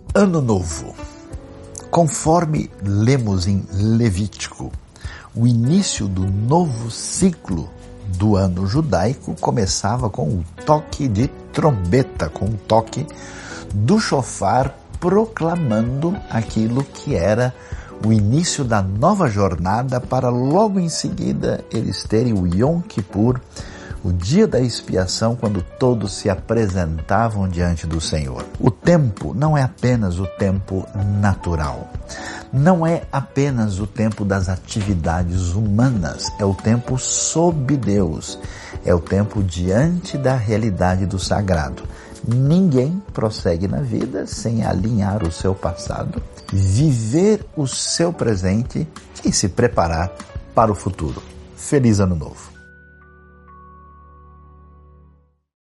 Ano Novo. Conforme lemos em Levítico, o início do novo ciclo do ano judaico começava com o toque de trombeta, com o toque do chofar, proclamando aquilo que era o início da nova jornada, para logo em seguida eles terem o Yom Kippur, o dia da expiação, quando todos se apresentavam diante do Senhor. O tempo não é apenas o tempo natural, não é apenas o tempo das atividades humanas, é o tempo sob Deus, é o tempo diante da realidade do sagrado. Ninguém prossegue na vida sem alinhar o seu passado, viver o seu presente e se preparar para o futuro. Feliz Ano Novo!